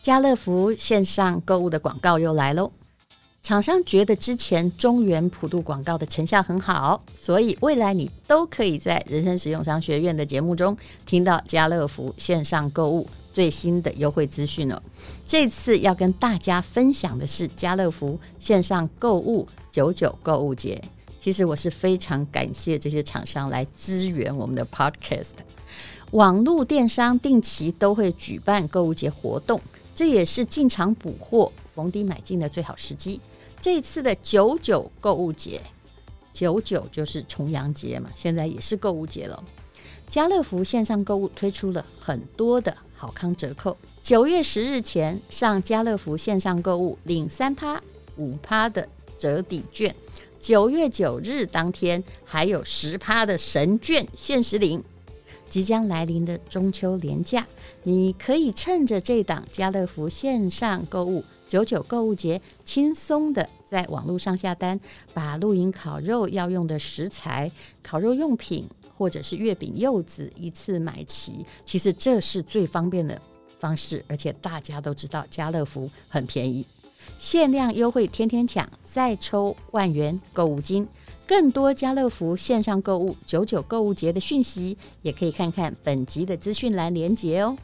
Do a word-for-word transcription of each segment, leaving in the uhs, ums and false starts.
家乐福线上购物的广告又来咯。厂商觉得之前中原普渡广告的成效很好，所以未来你都可以在人生实用商学院的节目中听到家乐福线上购物最新的优惠资讯了。这次要跟大家分享的是家乐福线上购物九九购物节。其实我是非常感谢这些厂商来支援我们的 podcast。 网络电商定期都会举办购物节活动，这也是进场补货逢低买进的最好时机。这次的九九购物节，九九就是重阳节嘛，现在也是购物节了。家乐福线上购物推出了很多的好康折扣，九月十日前上家乐福线上购物领 百分之三、百分之五 的折抵券，九月九日当天还有 百分之十 的神券限时领。即将来临的中秋连假，你可以趁着这档家乐福线上购物九九购物节，轻松的在网络上下单，把露营烤肉要用的食材、烤肉用品或者是月饼、柚子一次买齐。其实这是最方便的方式，而且大家都知道家乐福很便宜，限量优惠天天抢，再抽万元购物金。更多家乐福线上购物九九购物节的讯息，也可以看看本集的资讯栏连结哦。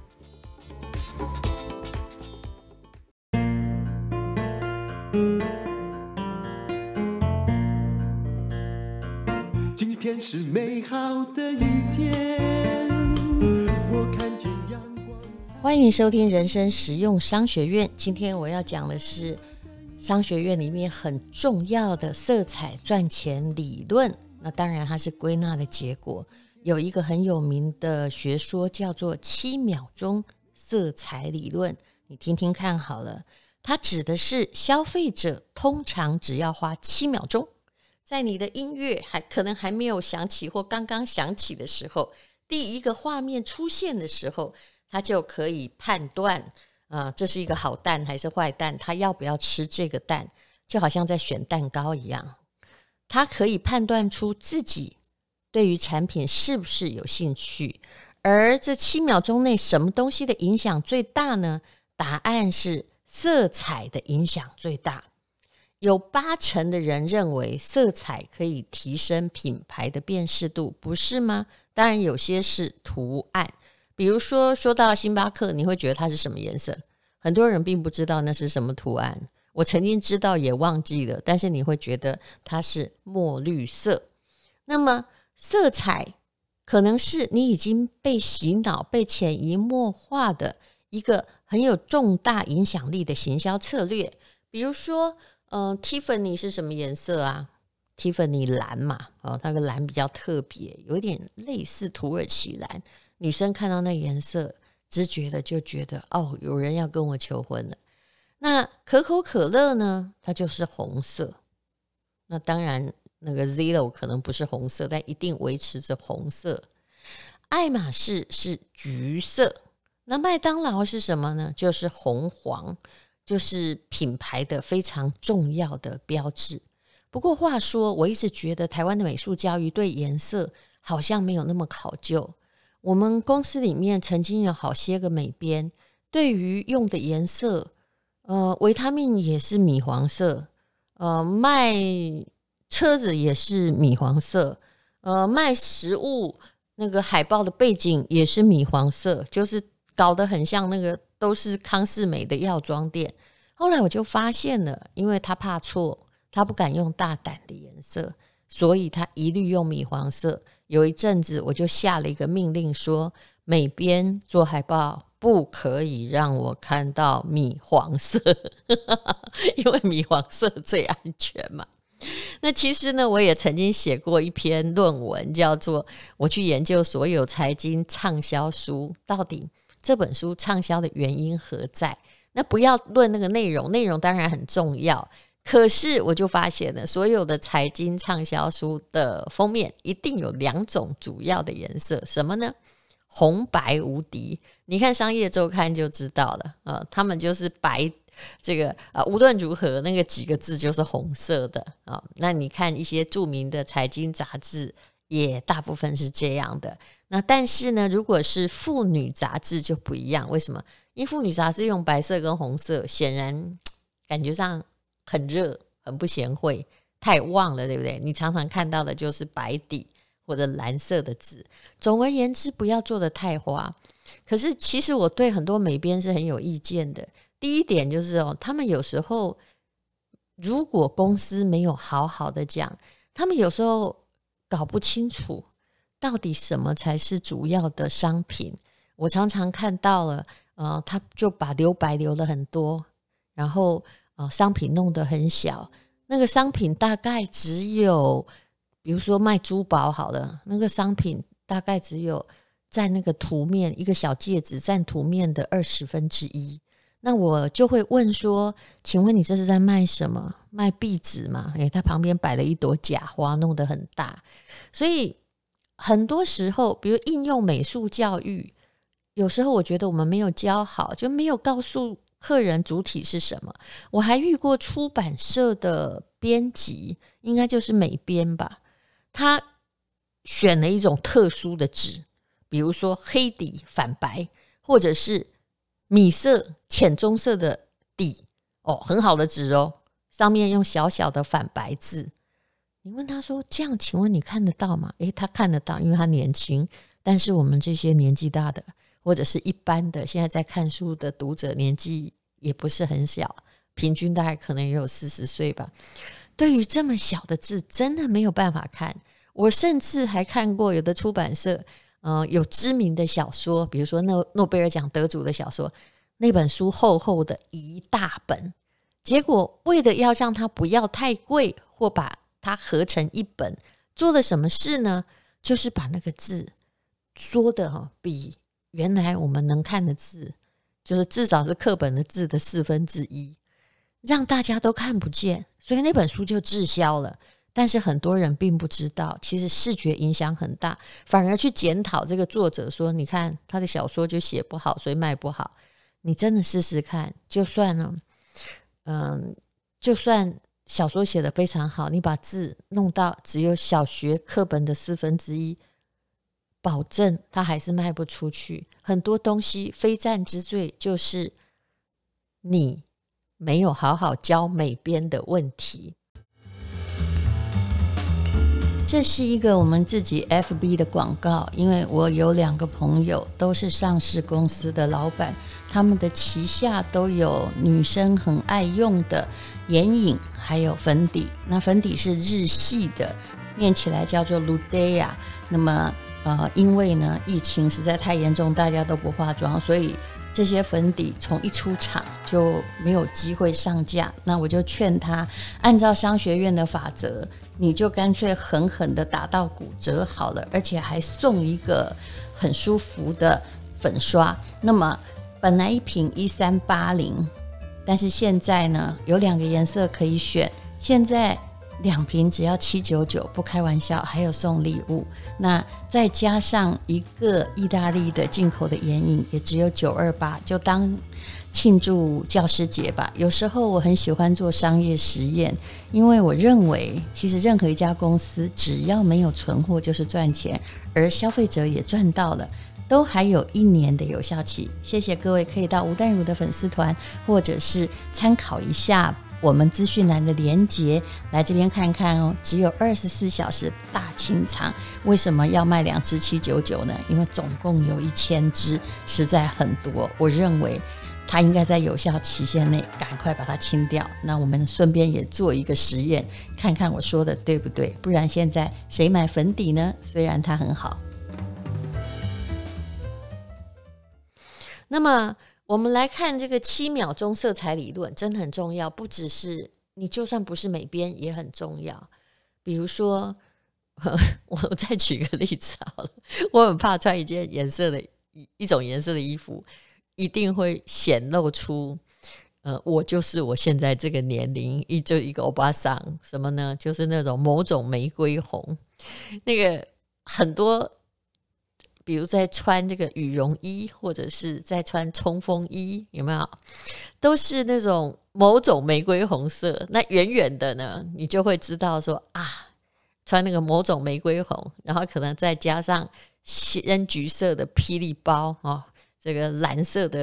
今天是美好的一天，我看见阳光。 欢迎收听人生实用商学院。今天我要讲的是商学院里面很重要的色彩赚钱理论。那当然它是归纳的结果，有一个很有名的学说叫做七秒钟色彩理论，你听听看好了。它指的是消费者通常只要花七秒钟，在你的音乐还可能还没有响起或刚刚响起的时候，第一个画面出现的时候，他就可以判断啊、呃，这是一个好蛋还是坏蛋，他要不要吃这个蛋，就好像在选蛋糕一样。他可以判断出自己对于产品是不是有兴趣。而这七秒钟内什么东西的影响最大呢？答案是色彩的影响最大。有八成的人认为色彩可以提升品牌的辨识度，不是吗？当然有些是图案，比如说说到星巴克，你会觉得它是什么颜色？很多人并不知道那是什么图案，我曾经知道也忘记了，但是你会觉得它是墨绿色。那么色彩可能是你已经被洗脑、被潜移默化的一个很有重大影响力的行销策略。比如说呃 Tiffany 是什么颜色啊？ Tiffany 蓝嘛，哦，那个蓝比较特别，有一点类似土耳其蓝。女生看到那颜色，直觉的就觉得哦，有人要跟我求婚了。那可口可乐呢？它就是红色。那当然，那个 Zero 可能不是红色，但一定维持着红色。爱马仕是橘色。那麦当劳是什么呢？就是红黄，就是品牌的非常重要的标志。不过话说，我一直觉得台湾的美术教育对颜色好像没有那么考究。我们公司里面曾经有好些个美编，对于用的颜色，呃，维他命也是米黄色，呃，卖车子也是米黄色，呃，卖食物那个海报的背景也是米黄色，就是搞得很像那个都是康是美的药妆店。后来我就发现了，因为他怕错，他不敢用大胆的颜色，所以他一律用米黄色。有一阵子我就下了一个命令说，美编做海报不可以让我看到米黄色因为米黄色最安全嘛。那其实呢，我也曾经写过一篇论文，叫做我去研究所有财经畅销书，到底这本书畅销的原因何在。那不要论那个内容，内容当然很重要，可是我就发现了，所有的财经畅销书的封面一定有两种主要的颜色，什么呢？红白无敌。你看商业周刊就知道了，呃、他们就是白这个、呃、无论如何那个几个字就是红色的、呃、那你看一些著名的财经杂志也大部分是这样的。那但是呢，如果是妇女杂志就不一样，为什么？ 因为妇女杂志用白色跟红色，显然感觉上很热，很不贤惠，太旺了，对不对？你常常看到的就是白底或者蓝色的字。总而言之，不要做得太花。可是其实我对很多美编是很有意见的。第一点就是哦，他们有时候如果公司没有好好的讲，他们有时候搞不清楚到底什么才是主要的商品。我常常看到了呃，他就把留白留了很多，然后呃，商品弄得很小，那个商品大概只有，比如说卖珠宝好了，那个商品大概只有占那个图面，一个小戒指占图面的二十分之一。那我就会问说，请问你这是在卖什么？卖壁纸吗？诶，它旁边摆了一朵假花，弄得很大。所以很多时候比如应用美术教育，有时候我觉得我们没有教好，就没有告诉客人主体是什么。我还遇过出版社的编辑，应该就是美编吧，他选了一种特殊的纸，比如说黑底反白，或者是米色浅棕色的底，哦，很好的纸哦，上面用小小的反白字。你问他说这样请问你看得到吗？诶，他看得到，因为他年轻。但是我们这些年纪大的或者是一般的现在在看书的读者，年纪也不是很小，平均大概可能也有四十岁吧。对于这么小的字真的没有办法看。我甚至还看过有的出版社呃，有知名的小说，比如说诺诺贝尔奖得主的小说，那本书厚厚的一大本，结果为了要让它不要太贵，或把它合成一本，做了什么事呢？就是把那个字说的、哦、比原来我们能看的字，就是至少是课本的字的四分之一，让大家都看不见，所以那本书就滞销了。但是很多人并不知道，其实视觉影响很大，反而去检讨这个作者说，你看他的小说就写不好，所以卖不好。你真的试试看，就算呢，嗯，就算小说写得非常好，你把字弄到只有小学课本的四分之一，保证它还是卖不出去。很多东西非战之罪就是你没有好好教美编的问题。这是一个我们自己 F B 的广告，因为我有两个朋友都是上市公司的老板，他们的旗下都有女生很爱用的眼影还有粉底。那粉底是日系的，念起来叫做 Ludea。 那么呃，因为呢疫情实在太严重，大家都不化妆，所以这些粉底从一出厂就没有机会上架。那我就劝他按照商学院的法则，你就干脆狠狠的打到骨折好了，而且还送一个很舒服的粉刷。那么本来一瓶一三八零，但是现在呢有两个颜色可以选，现在两瓶只要七九九，不开玩笑，还有送礼物。那再加上一个意大利的进口的眼影，也只有九二八，就当庆祝教师节吧。有时候我很喜欢做商业实验，因为我认为其实任何一家公司只要没有存货就是赚钱，而消费者也赚到了，都还有一年的有效期。谢谢各位，可以到吴淡如的粉丝团，或者是参考一下我们资讯栏的连结，来这边看看哦。只有二十四小时大清仓，为什么要卖两支七九九呢？因为总共有一千支，实在很多。我认为它应该在有效期限内赶快把它清掉。那我们顺便也做一个实验，看看我说的对不对，不然现在谁买粉底呢？虽然它很好。那么我们来看这个七秒钟色彩理论，真的很重要，不只是你就算不是美编也很重要。比如说我再举个例子好了，我很怕穿一件颜色的一种颜色的衣服一定会显露出呃，我就是我现在这个年龄一就一个欧巴桑，什么呢？就是那种某种玫瑰红。那个很多比如在穿这个羽绒衣，或者是在穿冲锋衣，有没有？都是那种某种玫瑰红色。那远远的呢，你就会知道说啊，穿那个某种玫瑰红，然后可能再加上鲜橘色的霹雳包、哦、这个蓝色的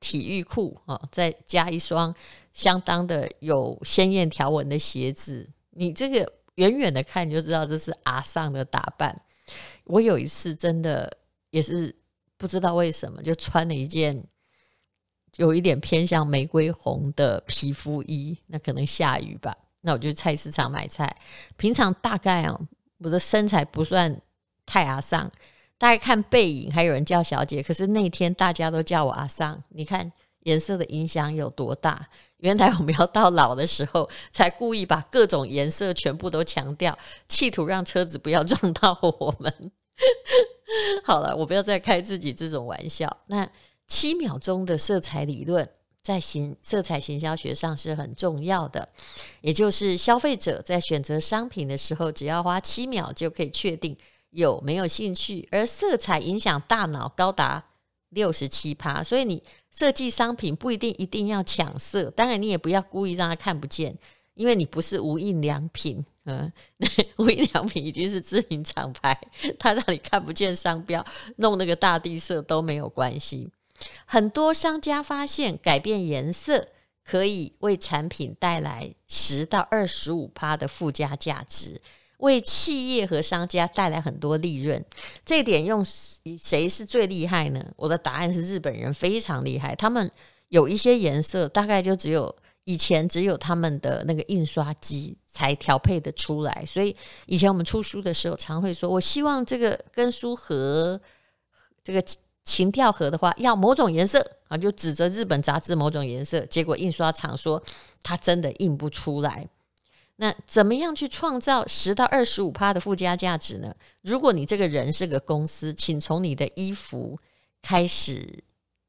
体育裤、哦、再加一双相当的有鲜艳条纹的鞋子，你这个远远的看你就知道这是阿桑的打扮。我有一次真的也是不知道为什么就穿了一件有一点偏向玫瑰红的皮肤衣，那可能下雨吧，那我就去菜市场买菜。平常大概啊，我的身材不算太阿桑，大概看背影还有人叫小姐，可是那天大家都叫我阿桑，你看颜色的影响有多大。原来我们要到老的时候才故意把各种颜色全部都强调，企图让车子不要撞到我们好了，我不要再开自己这种玩笑。那七秒钟的色彩理论在行色彩行销学上是很重要的，也就是消费者在选择商品的时候只要花七秒就可以确定有没有兴趣，而色彩影响大脑高达 百分之六十七， 所以你设计商品不一定一定要抢色，当然你也不要故意让它看不见，因为你不是无印良品、嗯、无印良品已经是知名厂牌，它让你看不见商标，弄那个大地色都没有关系。很多商家发现改变颜色可以为产品带来 百分之十到百分之二十五 的附加价值，为企业和商家带来很多利润。这一点用谁是最厉害呢？我的答案是日本人非常厉害，他们有一些颜色大概就只有以前只有他们的那个印刷机才调配的出来，所以以前我们出书的时候常会说，我希望这个跟书盒这个情调盒的话要某种颜色，就指着日本杂志某种颜色，结果印刷厂说它真的印不出来。那怎么样去创造 百分之十到百分之二十五 的附加价值呢？如果你这个人是个公司，请从你的衣服开始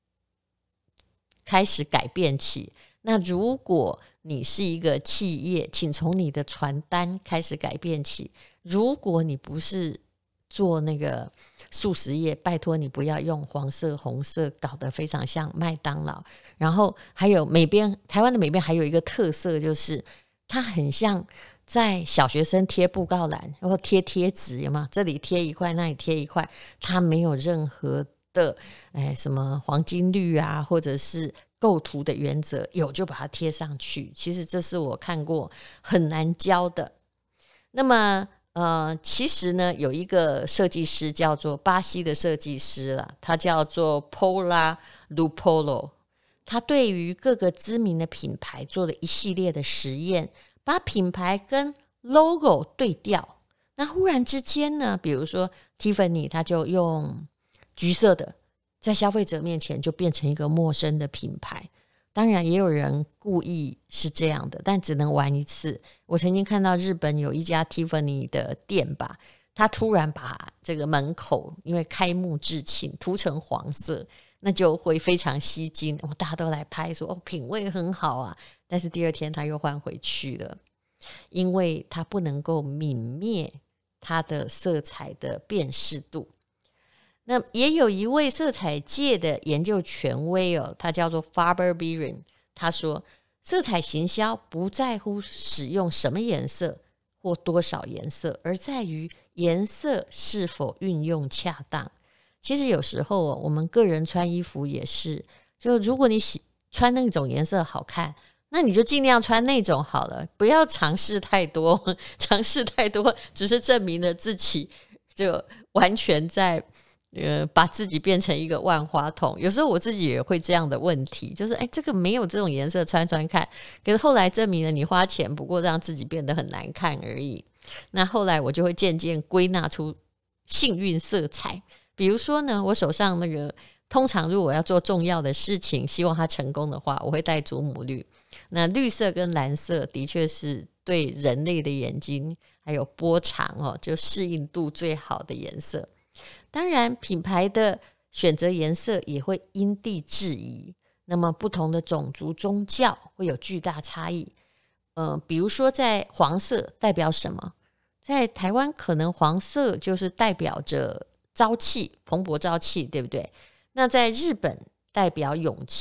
开始改变起。那如果你是一个企业，请从你的传单开始改变起。如果你不是做那个素食业，拜托你不要用黄色红色搞得非常像麦当劳。然后还有美编，台湾的美编还有一个特色，就是它很像在小学生贴布告栏或贴贴纸，有没有？这里贴一块那里贴一块，它没有任何的哎什么黄金律啊或者是构图的原则，有就把它贴上去。其实这是我看过很难教的。那么呃，其实呢有一个设计师叫做巴西的设计师啦，他叫做 Paula Lupolo， 他对于各个知名的品牌做了一系列的实验，把品牌跟 logo 对调。那忽然之间呢，比如说 Tiffany 他就用橘色的，在消费者面前就变成一个陌生的品牌。当然也有人故意是这样的，但只能玩一次。我曾经看到日本有一家 Tiffany 的店吧，他突然把这个门口因为开幕致庆涂成黄色，那就会非常吸睛、哦、大家都来拍说、哦、品味很好啊。但是第二天他又换回去了，因为他不能够泯灭它的色彩的辨识度。那也有一位色彩界的研究权威哦，他叫做 Faber Biren， 他说色彩行销不在乎使用什么颜色或多少颜色，而在于颜色是否运用恰当。其实有时候、哦、我们个人穿衣服也是，就如果你喜穿那种颜色好看，那你就尽量穿那种好了，不要尝试太多，尝试太多只是证明了自己就完全在呃，把自己变成一个万花筒。有时候我自己也会这样的问题，就是哎，这个没有这种颜色穿穿看，可是后来证明了你花钱不过让自己变得很难看而已。那后来我就会渐渐归纳出幸运色彩。比如说呢，我手上那个通常如果我要做重要的事情希望它成功的话，我会带祖母绿。那绿色跟蓝色的确是对人类的眼睛还有波长、哦、就适应度最好的颜色。当然品牌的选择颜色也会因地制宜，那么不同的种族宗教会有巨大差异。呃，比如说在黄色代表什么？在台湾可能黄色就是代表着朝气，蓬勃朝气，对不对？那在日本代表勇气，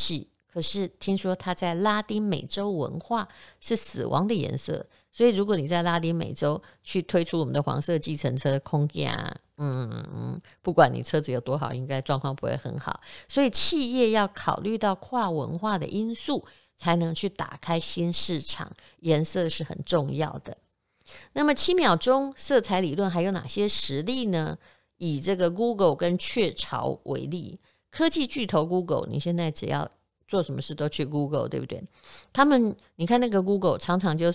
可是听说它在拉丁美洲文化是死亡的颜色，所以如果你在拉丁美洲去推出我们的黄色计程车空架，嗯，不管你车子有多好，应该状况不会很好。所以企业要考虑到跨文化的因素，才能去打开新市场，颜色是很重要的。那么七秒钟色彩理论还有哪些实例呢？以这个 Google 跟雀巢为例，科技巨头 Google， 你现在只要做什么事都去 Google， 对不对？他们你看那个 Google 常常就是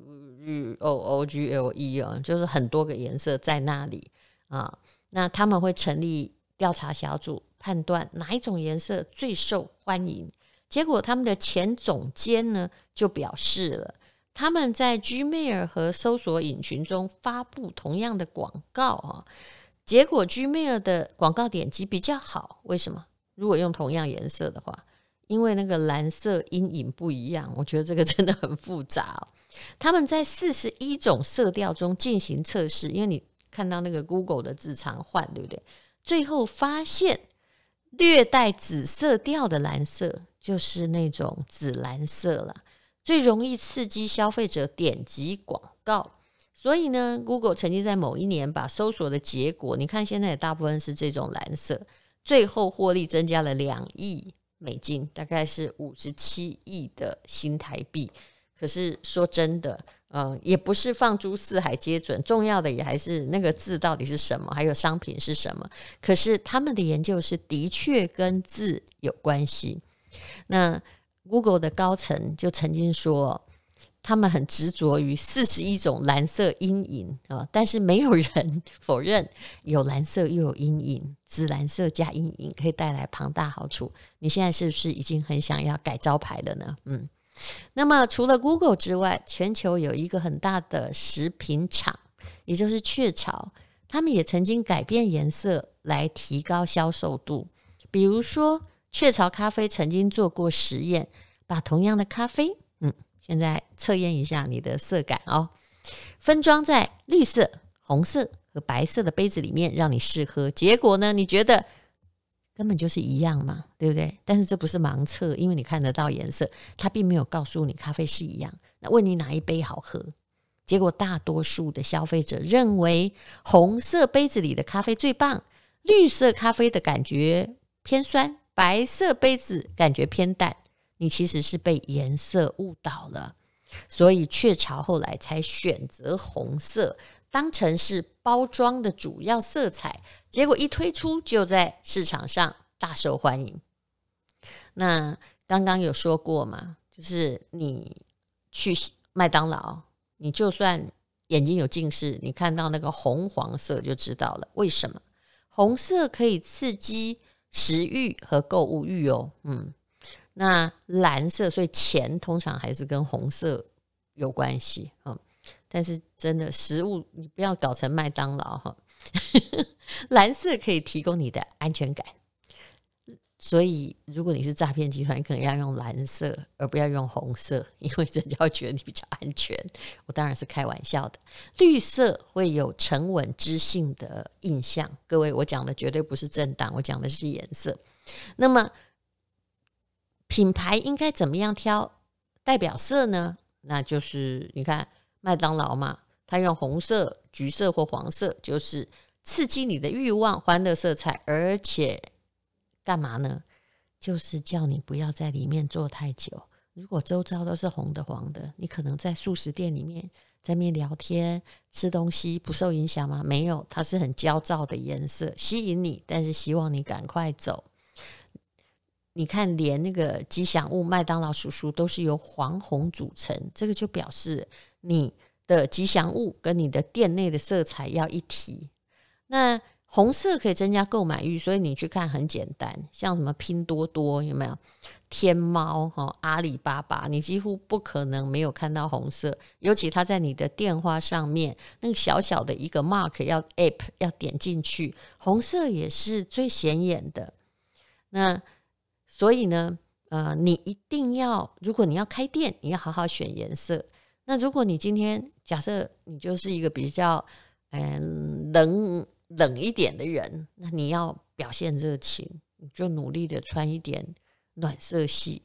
O O G L E 哦，就是很多个颜色在那里啊。那他们会成立调查小组，判断哪一种颜色最受欢迎。结果他们的前总监呢就表示了，他们在 Gmail 和搜索引擎中发布同样的广告啊，结果 Gmail 的广告点击比较好。为什么？如果用同样颜色的话，因为那个蓝色阴影不一样。我觉得这个真的很复杂哦。他们在四十一种色调中进行测试，因为你看到那个 Google 的字常换，对不对？最后发现略带紫色调的蓝色，就是那种紫蓝色了，最容易刺激消费者点击广告。所以呢 Google 曾经在某一年把搜索的结果，你看现在也大部分是这种蓝色，最后获利增加了两亿美金，大概是五十七亿的新台币。可是说真的，呃，也不是放诸四海皆准，重要的也还是那个字到底是什么，还有商品是什么。可是他们的研究是的确跟字有关系。那 Google 的高层就曾经说，他们很执着于四十一种蓝色阴影、哦、但是没有人否认有蓝色又有阴影，紫蓝色加阴影可以带来庞大好处。你现在是不是已经很想要改招牌了呢？嗯，那么除了 Google 之外，全球有一个很大的食品厂，也就是雀巢，他们也曾经改变颜色来提高销售度。比如说雀巢咖啡曾经做过实验，把同样的咖啡，嗯，现在测验一下你的色感哦，分装在绿色、红色和白色的杯子里面让你试喝。结果呢，你觉得根本就是一样嘛，对不对？但是这不是盲测，因为你看得到颜色，它并没有告诉你咖啡是一样。那问你哪一杯好喝？结果大多数的消费者认为红色杯子里的咖啡最棒，绿色咖啡的感觉偏酸，白色杯子感觉偏淡。你其实是被颜色误导了，所以雀巢后来才选择红色当成是包装的主要色彩，结果一推出就在市场上大受欢迎。那刚刚有说过嘛，就是你去麦当劳，你就算眼睛有近视，你看到那个红黄色就知道了。为什么？红色可以刺激食欲和购物欲哦。嗯，那蓝色，所以钱通常还是跟红色有关系、嗯、但是真的食物你不要搞成麦当劳哈。蓝色可以提供你的安全感，所以如果你是诈骗集团，可能要用蓝色而不要用红色，因为人家会觉得你比较安全。我当然是开玩笑的。绿色会有沉稳知性的印象，各位，我讲的绝对不是政党，我讲的是颜色。那么品牌应该怎么样挑代表色呢？那就是你看麦当劳嘛，它用红色、橘色或黄色，就是刺激你的欲望，欢乐色彩，而且干嘛呢？就是叫你不要在里面坐太久。如果周遭都是红的黄的，你可能在素食店里面在那边聊天吃东西不受影响吗？没有，它是很焦躁的颜色，吸引你，但是希望你赶快走。你看连那个吉祥物麦当劳叔叔都是由黄红组成，这个就表示你的吉祥物跟你的店内的色彩要一体。那红色可以增加购买欲，所以你去看很简单，像什么拼多多有没有，天猫、哦、阿里巴巴，你几乎不可能没有看到红色，尤其它在你的电话上面那个小小的一个 mark 要 app 要点进去，红色也是最显眼的。那所以呢呃，你一定要，如果你要开店，你要好好选颜色。那如果你今天假设你就是一个比较、呃、冷冷一点的人，那你要表现热情，你就努力的穿一点暖色系，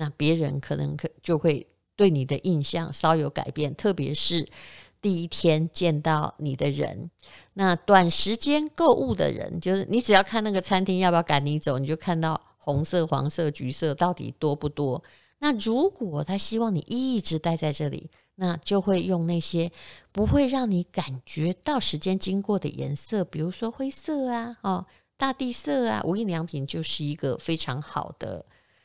那别人可能可就会对你的印象稍有改变，特别是第一天见到你的人。那短时间购物的人，就是你只要看那个餐厅要不要赶你走，你就看到红色、黄色、橘色到底多不多。那如果他希望你一直待在这里，那就会用那些不会让你感觉到时间经过的颜色，比如说灰色啊、哦、大地色啊，无印良品就是一个非常好的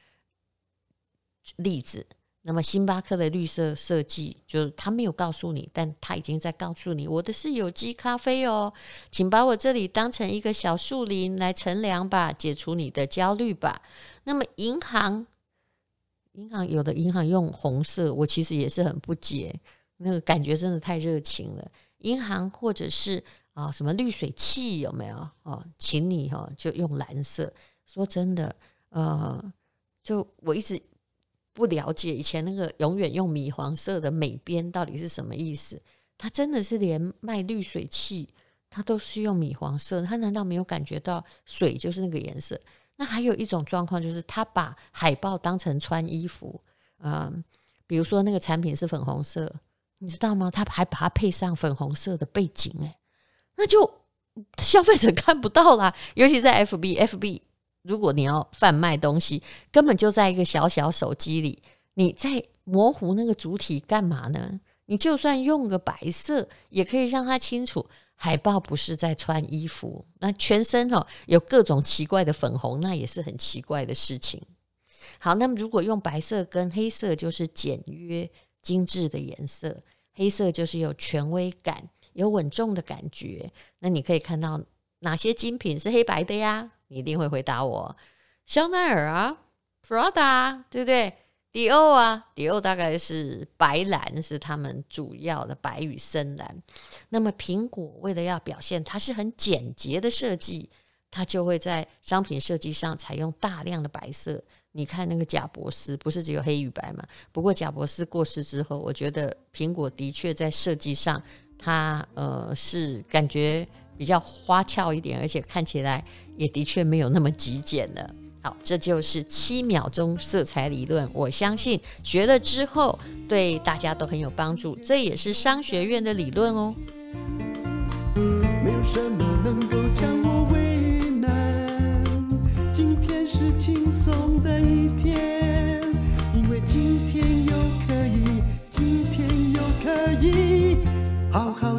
例子。那么星巴克的绿色设计，就是他没有告诉你，但他已经在告诉你，我的是有机咖啡哦，请把我这里当成一个小树林来乘凉吧，解除你的焦虑吧。那么银行银行有的银行用红色，我其实也是很不解，那个感觉真的太热情了。银行或者是、哦、什么滤水器有没有、哦、请你、哦、就用蓝色。说真的呃，就我一直不了解以前那个永远用米黄色的美编到底是什么意思。他真的是连卖滤水器他都是用米黄色，他难道没有感觉到水就是那个颜色？那还有一种状况就是他把海报当成穿衣服、嗯、比如说那个产品是粉红色，你知道吗？他还把它配上粉红色的背景，欸、那就消费者看不到啦。尤其在 F B F B如果你要贩卖东西，根本就在一个小小手机里，你在模糊那个主体干嘛呢？你就算用个白色也可以让它清楚海报不是在穿衣服，那全身、哦、有各种奇怪的粉红，那也是很奇怪的事情。好，那么如果用白色跟黑色，就是简约精致的颜色，黑色就是有权威感，有稳重的感觉。那你可以看到哪些精品是黑白的呀？你一定会回答我，香奈儿啊 Prada 啊，对不对？迪奥啊，迪奥大概是白蓝，是他们主要的白与深蓝。那么苹果为了要表现它是很简洁的设计，它就会在商品设计上采用大量的白色。你看那个贾伯斯不是只有黑与白嘛？不过贾伯斯过世之后，我觉得苹果的确在设计上它呃是感觉比较花俏一点，而且看起来也的确没有那么极简了。好，这就是七秒钟色彩理论，我相信学了之后对大家都很有帮助，这也是商学院的理论哦。 没有什么能够将我为难，今天是轻松的一天，因为今天又可以，今天又可以好好